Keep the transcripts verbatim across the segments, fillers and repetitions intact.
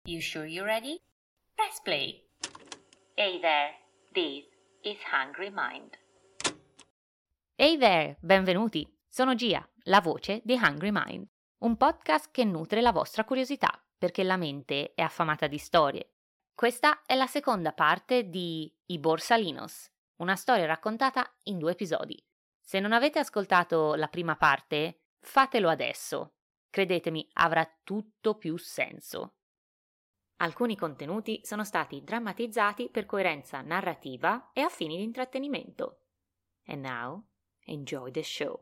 You sure you're ready? Press play. Hey there, this is Hungry Mind. Hey there, benvenuti! Sono Gia, la voce di Hungry Mind, un podcast che nutre la vostra curiosità, perché la mente è affamata di storie. Questa è la seconda parte di I Borsalinos, una storia raccontata in due episodi. Se non avete ascoltato la prima parte, fatelo adesso. Credetemi, avrà tutto più senso. Alcuni contenuti sono stati drammatizzati per coerenza narrativa e a fini di intrattenimento. And now, enjoy the show.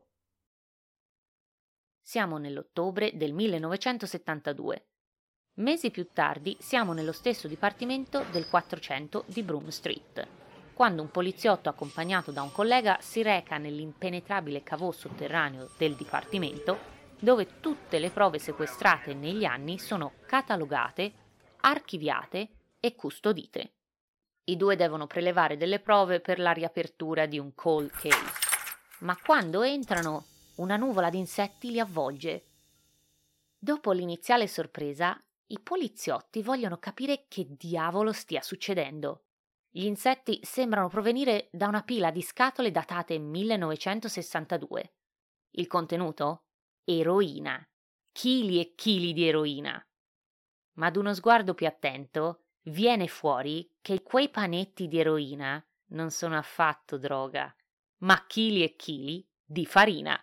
Siamo nell'ottobre del millenovecentosettantadue. Mesi più tardi siamo nello stesso dipartimento del quattrocento di Broome Street, quando un poliziotto accompagnato da un collega si reca nell'impenetrabile cavò sotterraneo del dipartimento, dove tutte le prove sequestrate negli anni sono catalogate, archiviate e custodite. I due devono prelevare delle prove per la riapertura di un cold case, ma quando entrano una nuvola di insetti li avvolge. Dopo l'iniziale sorpresa, i poliziotti vogliono capire che diavolo stia succedendo. Gli insetti sembrano provenire da una pila di scatole datate millenovecentosessantadue. Il contenuto? Eroina. Chili e chili di eroina. Ma ad uno sguardo più attento viene fuori che quei panetti di eroina non sono affatto droga, ma chili e chili di farina.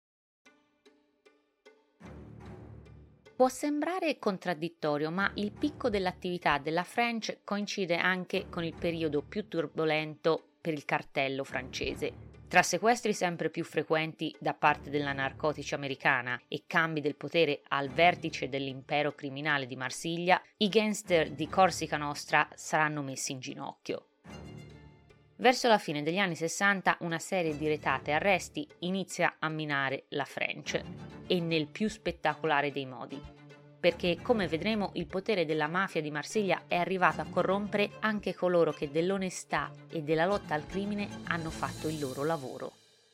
Può sembrare contraddittorio, ma il picco dell'attività della French coincide anche con il periodo più turbolento per il cartello francese. Tra sequestri sempre più frequenti da parte della narcotici americana e cambi del potere al vertice dell'impero criminale di Marsiglia, i gangster di Corsica Nostra saranno messi in ginocchio. Verso la fine degli anni sessanta una serie di retate e arresti inizia a minare la French, e nel più spettacolare dei modi, perché come vedremo il potere della mafia di Marsiglia è arrivato a corrompere anche coloro che dell'onestà e della lotta al crimine hanno fatto il loro lavoro.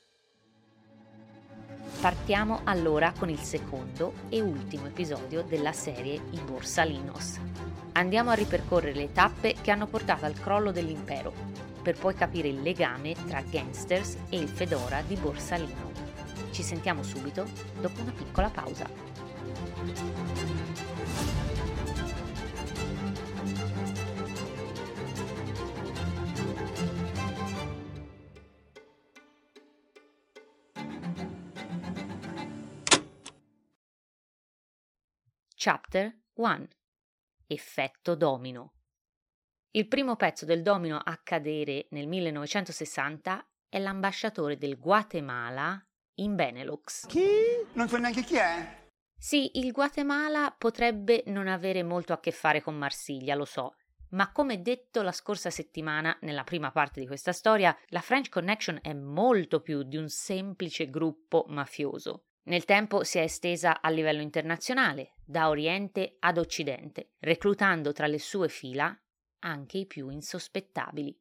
Partiamo allora con il secondo e ultimo episodio della serie I Borsalinos. Andiamo a ripercorrere le tappe che hanno portato al crollo dell'impero, per poi capire il legame tra gangsters e il fedora di Borsalino. Ci sentiamo subito dopo una piccola pausa. Chapter uno. Effetto domino. Il primo pezzo del domino a cadere nel millenovecentosessanta è l'ambasciatore del Guatemala in Benelux. Chi? Non so neanche chi è. Sì, il Guatemala potrebbe non avere molto a che fare con Marsiglia, lo so, ma come detto la scorsa settimana nella prima parte di questa storia, la French Connection è molto più di un semplice gruppo mafioso. Nel tempo si è estesa a livello internazionale, da Oriente ad Occidente, reclutando tra le sue fila anche i più insospettabili.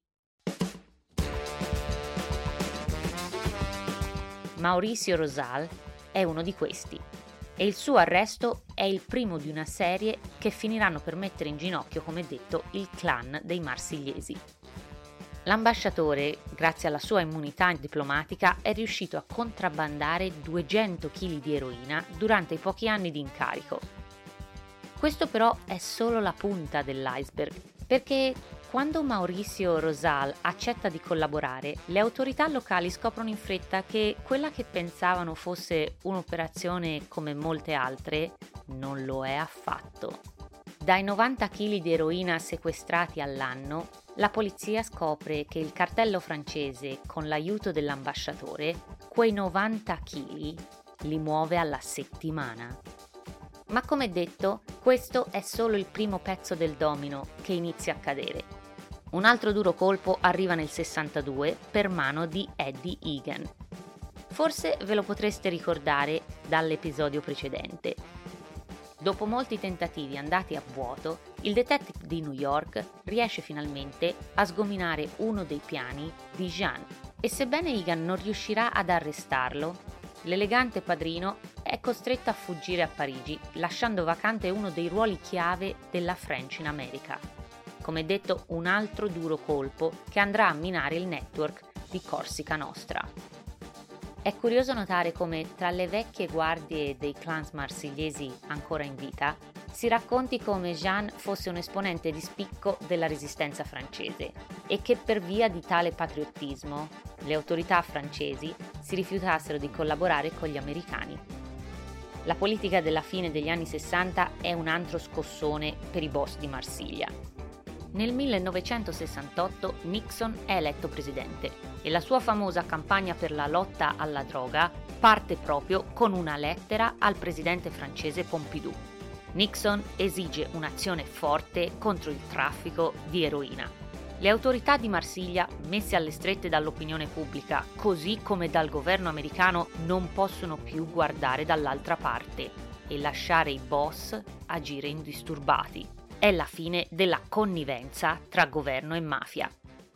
Mauricio Rosal è uno di questi e il suo arresto è il primo di una serie che finiranno per mettere in ginocchio, come detto, il clan dei marsigliesi. L'ambasciatore, grazie alla sua immunità diplomatica, è riuscito a contrabbandare duecento chili di eroina durante i pochi anni di incarico. Questo però è solo la punta dell'iceberg, perché quando Mauricio Rosal accetta di collaborare, le autorità locali scoprono in fretta che quella che pensavano fosse un'operazione come molte altre non lo è affatto. Dai novanta chili di eroina sequestrati all'anno, la polizia scopre che il cartello francese, con l'aiuto dell'ambasciatore, quei novanta chili li muove alla settimana. Ma come detto, questo è solo il primo pezzo del domino che inizia a cadere. Un altro duro colpo arriva nel sessantadue per mano di Eddie Egan. Forse ve lo potreste ricordare dall'episodio precedente. Dopo molti tentativi andati a vuoto, il detective di New York riesce finalmente a sgominare uno dei piani di Jean, e sebbene Egan non riuscirà ad arrestarlo, l'elegante padrino è costretta a fuggire a Parigi, lasciando vacante uno dei ruoli chiave della French in America. Come detto, un altro duro colpo che andrà a minare il network di Corsica Nostra. È curioso notare come tra le vecchie guardie dei clans marsigliesi ancora in vita si racconti come Jeanne fosse un esponente di spicco della resistenza francese e che per via di tale patriottismo le autorità francesi si rifiutassero di collaborare con gli americani. La politica della fine degli anni sessanta è un altro scossone per i boss di Marsiglia. Nel millenovecentosessantotto Nixon è eletto presidente e la sua famosa campagna per la lotta alla droga parte proprio con una lettera al presidente francese Pompidou. Nixon esige un'azione forte contro il traffico di eroina. Le autorità di Marsiglia, messe alle strette dall'opinione pubblica, così come dal governo americano, non possono più guardare dall'altra parte e lasciare i boss agire indisturbati. È la fine della connivenza tra governo e mafia.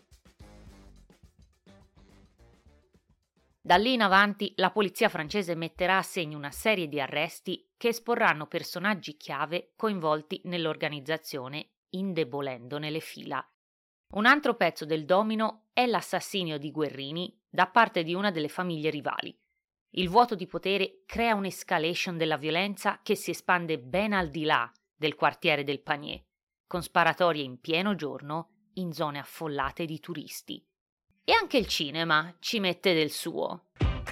Da lì in avanti la polizia francese metterà a segno una serie di arresti che esporranno personaggi chiave coinvolti nell'organizzazione, indebolendone le fila. Un altro pezzo del domino è l'assassinio di Guerrini da parte di una delle famiglie rivali. Il vuoto di potere crea un'escalation della violenza che si espande ben al di là del quartiere del Panier, con sparatorie in pieno giorno in zone affollate di turisti. E anche il cinema ci mette del suo.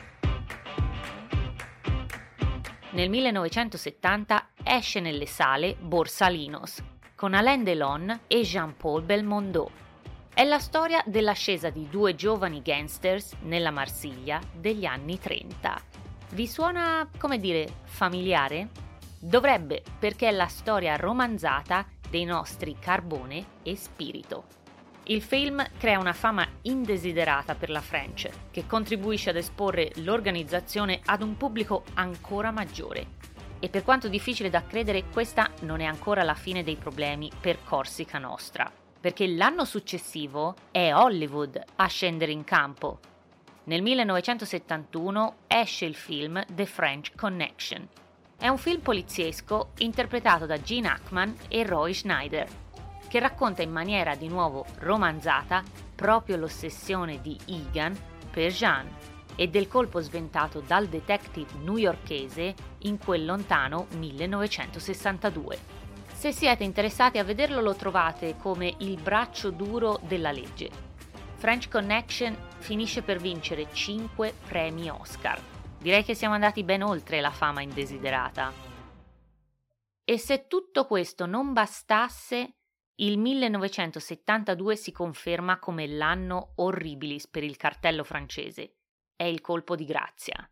Nel millenovecentosettanta esce nelle sale Borsalinos, con Alain Delon e Jean-Paul Belmondo. È la storia dell'ascesa di due giovani gangsters nella Marsiglia degli anni trenta. Vi suona, come dire, familiare? Dovrebbe, perché è la storia romanzata dei nostri Carbone e Spirito. Il film crea una fama indesiderata per la French, che contribuisce ad esporre l'organizzazione ad un pubblico ancora maggiore. E per quanto difficile da credere, questa non è ancora la fine dei problemi per Corsica Nostra, perché l'anno successivo è Hollywood a scendere in campo. Nel millenovecentosettantuno esce il film The French Connection. È un film poliziesco interpretato da Gene Hackman e Roy Schneider, che racconta in maniera di nuovo romanzata proprio l'ossessione di Egan per Jeanne e del colpo sventato dal detective newyorkese in quel lontano millenovecentosessantadue. Se siete interessati a vederlo lo trovate come il braccio duro della legge. French Connection finisce per vincere cinque premi Oscar. Direi che siamo andati ben oltre la fama indesiderata. E se tutto questo non bastasse, il millenovecentosettantadue si conferma come l'anno horribilis per il cartello francese. È il colpo di grazia.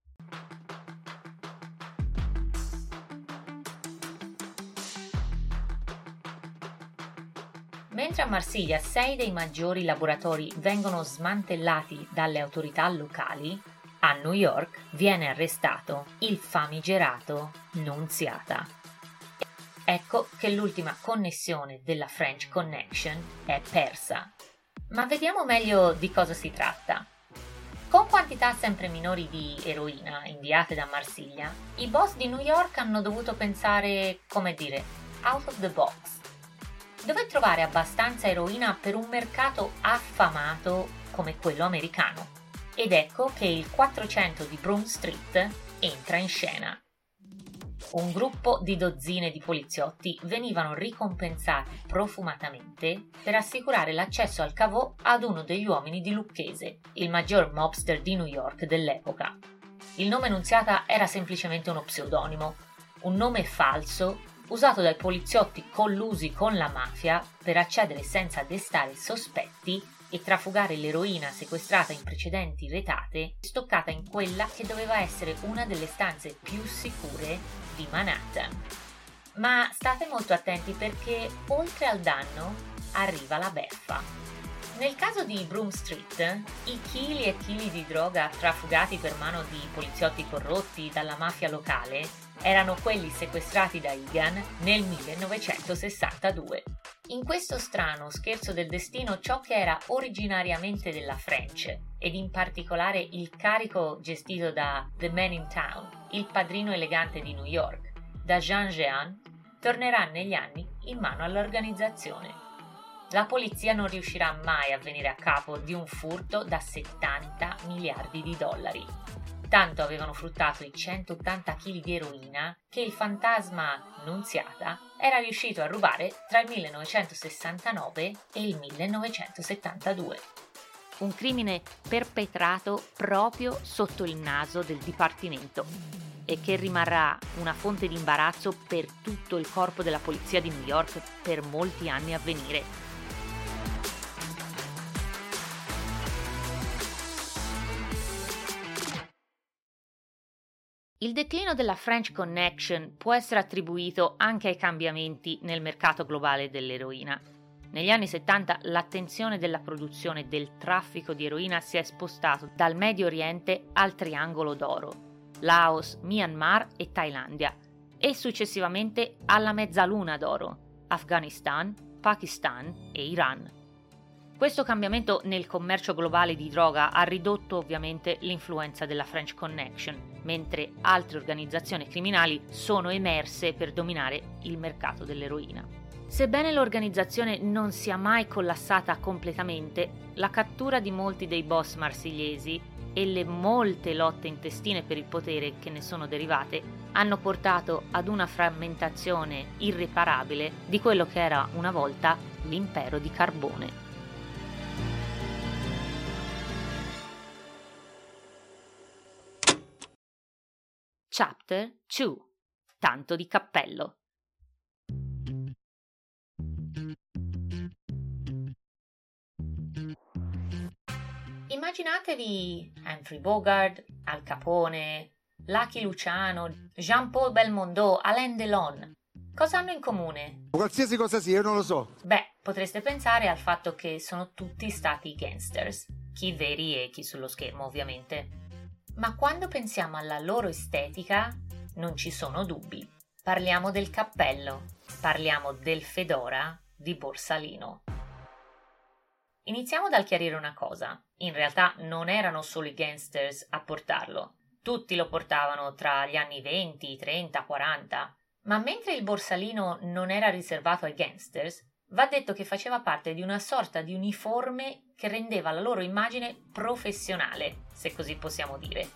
Mentre a Marsiglia sei dei maggiori laboratori vengono smantellati dalle autorità locali, a New York viene arrestato il famigerato Nunziata. Ecco che l'ultima connessione della French Connection è persa. Ma vediamo meglio di cosa si tratta. Con quantità sempre minori di eroina inviate da Marsiglia, i boss di New York hanno dovuto pensare, come dire, out of the box. Dove trovare abbastanza eroina per un mercato affamato come quello americano? Ed ecco che il quattrocento di Broome Street entra in scena. Un gruppo di dozzine di poliziotti venivano ricompensati profumatamente per assicurare l'accesso al caveau ad uno degli uomini di Lucchese, il maggior mobster di New York dell'epoca. Il nome Nunziata era semplicemente uno pseudonimo, un nome falso usato dai poliziotti collusi con la mafia per accedere senza destare sospetti e trafugare l'eroina sequestrata in precedenti retate, stoccata in quella che doveva essere una delle stanze più sicure di Manhattan. Ma state molto attenti perché oltre al danno arriva la beffa. Nel caso di Broome Street, i chili e chili di droga trafugati per mano di poliziotti corrotti dalla mafia locale erano quelli sequestrati da Egan nel millenovecentosessantadue. In questo strano scherzo del destino, ciò che era originariamente della French, ed in particolare il carico gestito da The Man in Town, il padrino elegante di New York, da Jean Jean, tornerà negli anni in mano all'organizzazione. La polizia non riuscirà mai a venire a capo di un furto da settanta miliardi di dollari. Tanto avevano fruttato i centottanta chili di eroina che il fantasma Nunziata era riuscito a rubare tra il millenovecentosessantanove e il millenovecentosettantadue. Un crimine perpetrato proprio sotto il naso del Dipartimento e che rimarrà una fonte di imbarazzo per tutto il corpo della polizia di New York per molti anni a venire. Il declino della French Connection può essere attribuito anche ai cambiamenti nel mercato globale dell'eroina. Negli anni settanta l'attenzione della produzione e del traffico di eroina si è spostato dal Medio Oriente al Triangolo d'Oro, Laos, Myanmar e Thailandia, e successivamente alla Mezzaluna d'Oro, Afghanistan, Pakistan e Iran. Questo cambiamento nel commercio globale di droga ha ridotto ovviamente l'influenza della French Connection, mentre altre organizzazioni criminali sono emerse per dominare il mercato dell'eroina. Sebbene l'organizzazione non sia mai collassata completamente, la cattura di molti dei boss marsigliesi e le molte lotte intestine per il potere che ne sono derivate hanno portato ad una frammentazione irreparabile di quello che era una volta l'impero di carbone. Chapter due. Tanto di cappello. Immaginatevi Humphrey Bogart, Al Capone, Lucky Luciano, Jean-Paul Belmondo, Alain Delon. Cosa hanno in comune? Qualsiasi cosa sia, io non lo so. Beh, potreste pensare al fatto che sono tutti stati gangsters, chi veri e chi sullo schermo ovviamente. Ma quando pensiamo alla loro estetica, non ci sono dubbi. Parliamo del cappello, parliamo del fedora di Borsalino. Iniziamo dal chiarire una cosa. In realtà non erano solo i gangsters a portarlo. Tutti lo portavano tra gli anni venti, trenta, quaranta. Ma mentre il Borsalino non era riservato ai gangsters, va detto che faceva parte di una sorta di uniforme che rendeva la loro immagine professionale, se così possiamo dire.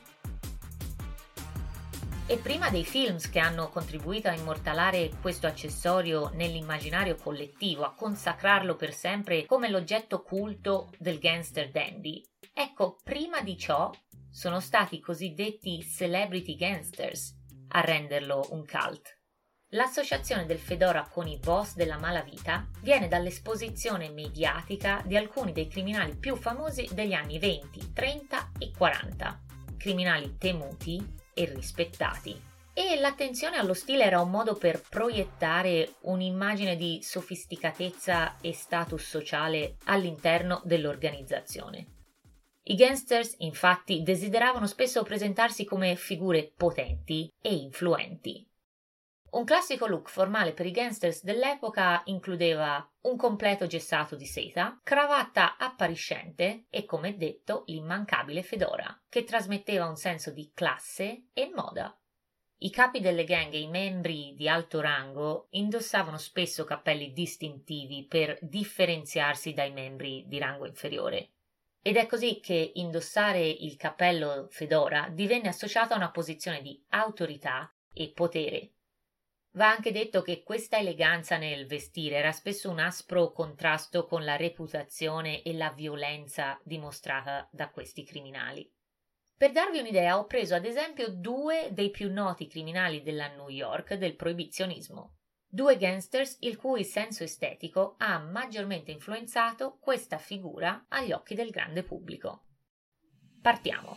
E prima dei films che hanno contribuito a immortalare questo accessorio nell'immaginario collettivo, a consacrarlo per sempre come l'oggetto culto del gangster dandy, ecco, prima di ciò sono stati i cosiddetti celebrity gangsters a renderlo un cult. L'associazione del fedora con i boss della malavita viene dall'esposizione mediatica di alcuni dei criminali più famosi degli anni venti, trenta e quaranta, criminali temuti e rispettati. E l'attenzione allo stile era un modo per proiettare un'immagine di sofisticatezza e status sociale all'interno dell'organizzazione. I gangsters, infatti, desideravano spesso presentarsi come figure potenti e influenti. Un classico look formale per i gangsters dell'epoca includeva un completo gessato di seta, cravatta appariscente e, come detto, l'immancabile fedora, che trasmetteva un senso di classe e moda. I capi delle gang e i membri di alto rango indossavano spesso cappelli distintivi per differenziarsi dai membri di rango inferiore. Ed è così che indossare il cappello fedora divenne associato a una posizione di autorità e potere. Va anche detto che questa eleganza nel vestire era spesso un aspro contrasto con la reputazione e la violenza dimostrata da questi criminali. Per darvi un'idea, ho preso ad esempio due dei più noti criminali della New York del proibizionismo. Due gangsters il cui senso estetico ha maggiormente influenzato questa figura agli occhi del grande pubblico. Partiamo.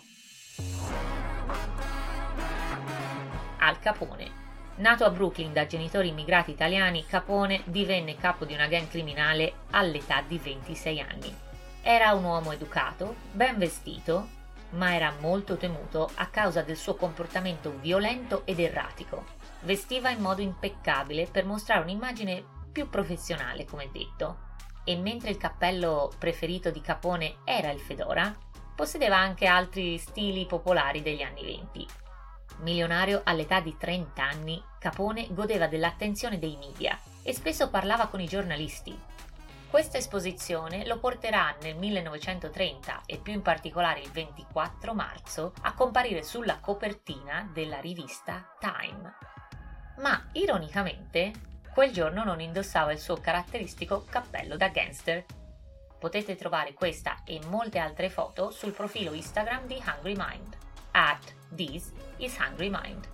Al Capone. Nato a Brooklyn da genitori immigrati italiani, Capone divenne capo di una gang criminale all'età di ventisei anni. Era un uomo educato, ben vestito, ma era molto temuto a causa del suo comportamento violento ed erratico. Vestiva in modo impeccabile per mostrare un'immagine più professionale, come detto. E mentre il cappello preferito di Capone era il fedora, possedeva anche altri stili popolari degli anni venti. Milionario all'età di trenta anni, Capone godeva dell'attenzione dei media e spesso parlava con i giornalisti. Questa esposizione lo porterà nel millenovecentotrenta e più in particolare il ventiquattro marzo a comparire sulla copertina della rivista Time. Ma ironicamente, quel giorno non indossava il suo caratteristico cappello da gangster. Potete trovare questa e molte altre foto sul profilo Instagram di Hungry Mind, at this is Hungry Mind.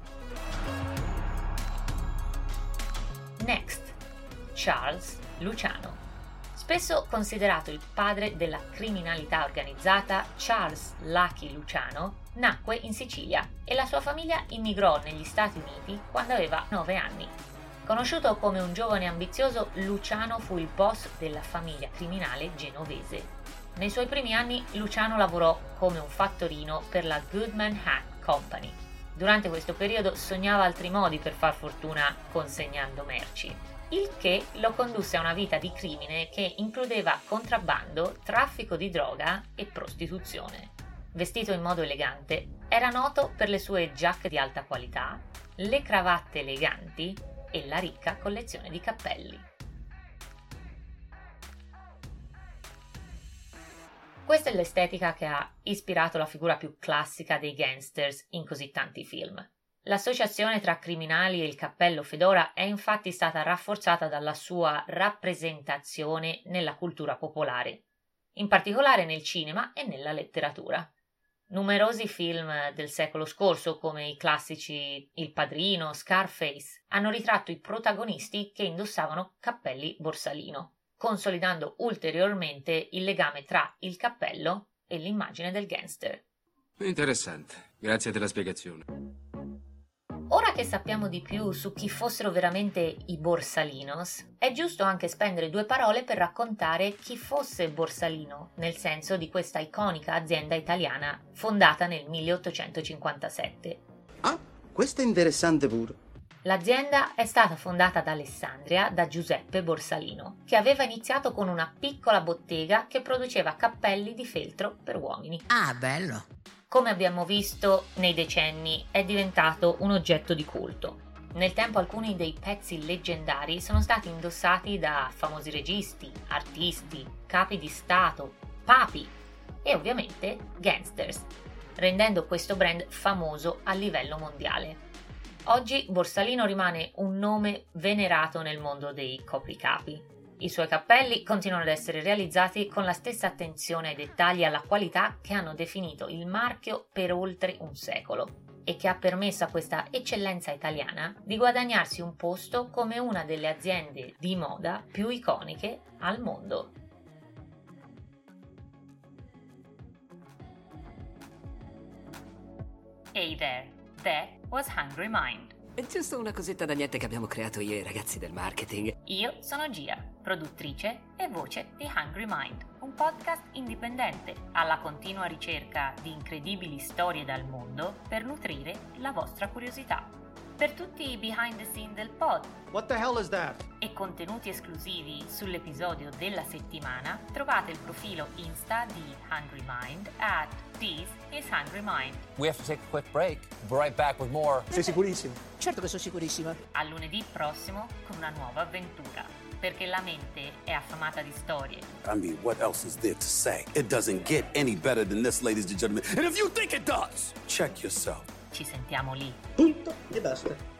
Next, Charles Luciano. Spesso considerato il padre della criminalità organizzata, Charles Lucky Luciano nacque in Sicilia e la sua famiglia immigrò negli Stati Uniti quando aveva nove anni. Conosciuto come un giovane ambizioso, Luciano fu il boss della famiglia criminale genovese. Nei suoi primi anni Luciano lavorò come un fattorino per la Goodman Hat Company. Durante questo periodo sognava altri modi per far fortuna consegnando merci, il che lo condusse a una vita di crimine che includeva contrabbando, traffico di droga e prostituzione. Vestito in modo elegante, era noto per le sue giacche di alta qualità, le cravatte eleganti e la ricca collezione di cappelli. Questa è l'estetica che ha ispirato la figura più classica dei gangsters in così tanti film. L'associazione tra criminali e il cappello fedora è infatti stata rafforzata dalla sua rappresentazione nella cultura popolare, in particolare nel cinema e nella letteratura. Numerosi film del secolo scorso, come i classici Il Padrino, Scarface, hanno ritratto i protagonisti che indossavano cappelli borsalino, consolidando ulteriormente il legame tra il cappello e l'immagine del gangster. Interessante, grazie della spiegazione. Ora che sappiamo di più su chi fossero veramente i Borsalinos, è giusto anche spendere due parole per raccontare chi fosse Borsalino, nel senso di questa iconica azienda italiana fondata nel milleottocentocinquantasette. Ah, questo è interessante pure. L'azienda è stata fondata ad Alessandria da Giuseppe Borsalino, che aveva iniziato con una piccola bottega che produceva cappelli di feltro per uomini. Ah, bello! Come abbiamo visto, nei decenni è diventato un oggetto di culto. Nel tempo alcuni dei pezzi leggendari sono stati indossati da famosi registi, artisti, capi di stato, papi e ovviamente gangsters, rendendo questo brand famoso a livello mondiale. Oggi Borsalino rimane un nome venerato nel mondo dei copricapi. I suoi cappelli continuano ad essere realizzati con la stessa attenzione ai dettagli e alla qualità che hanno definito il marchio per oltre un secolo e che ha permesso a questa eccellenza italiana di guadagnarsi un posto come una delle aziende di moda più iconiche al mondo. Hey there, that was Hungry Mind. È giusto una cosetta da niente che abbiamo creato io e i ragazzi del marketing. Io sono Gia, produttrice e voce di Hungry Mind, un podcast indipendente alla continua ricerca di incredibili storie dal mondo per nutrire la vostra curiosità. Per tutti i behind the scene del pod What the hell is that? e contenuti esclusivi sull'episodio della settimana, trovate il profilo Insta di Hungry Mind at This is Hungry Mind. We have to take a quick break. We'll be right back with more. Sei sicurissimo? Certo che sono sicurissima. A lunedì prossimo con una nuova avventura, perché la mente è affamata di storie. I mean, what else is there to say? It doesn't get any better than this, ladies and gentlemen. And if you think it does, check yourself. Ci sentiamo lì. Punto e basta.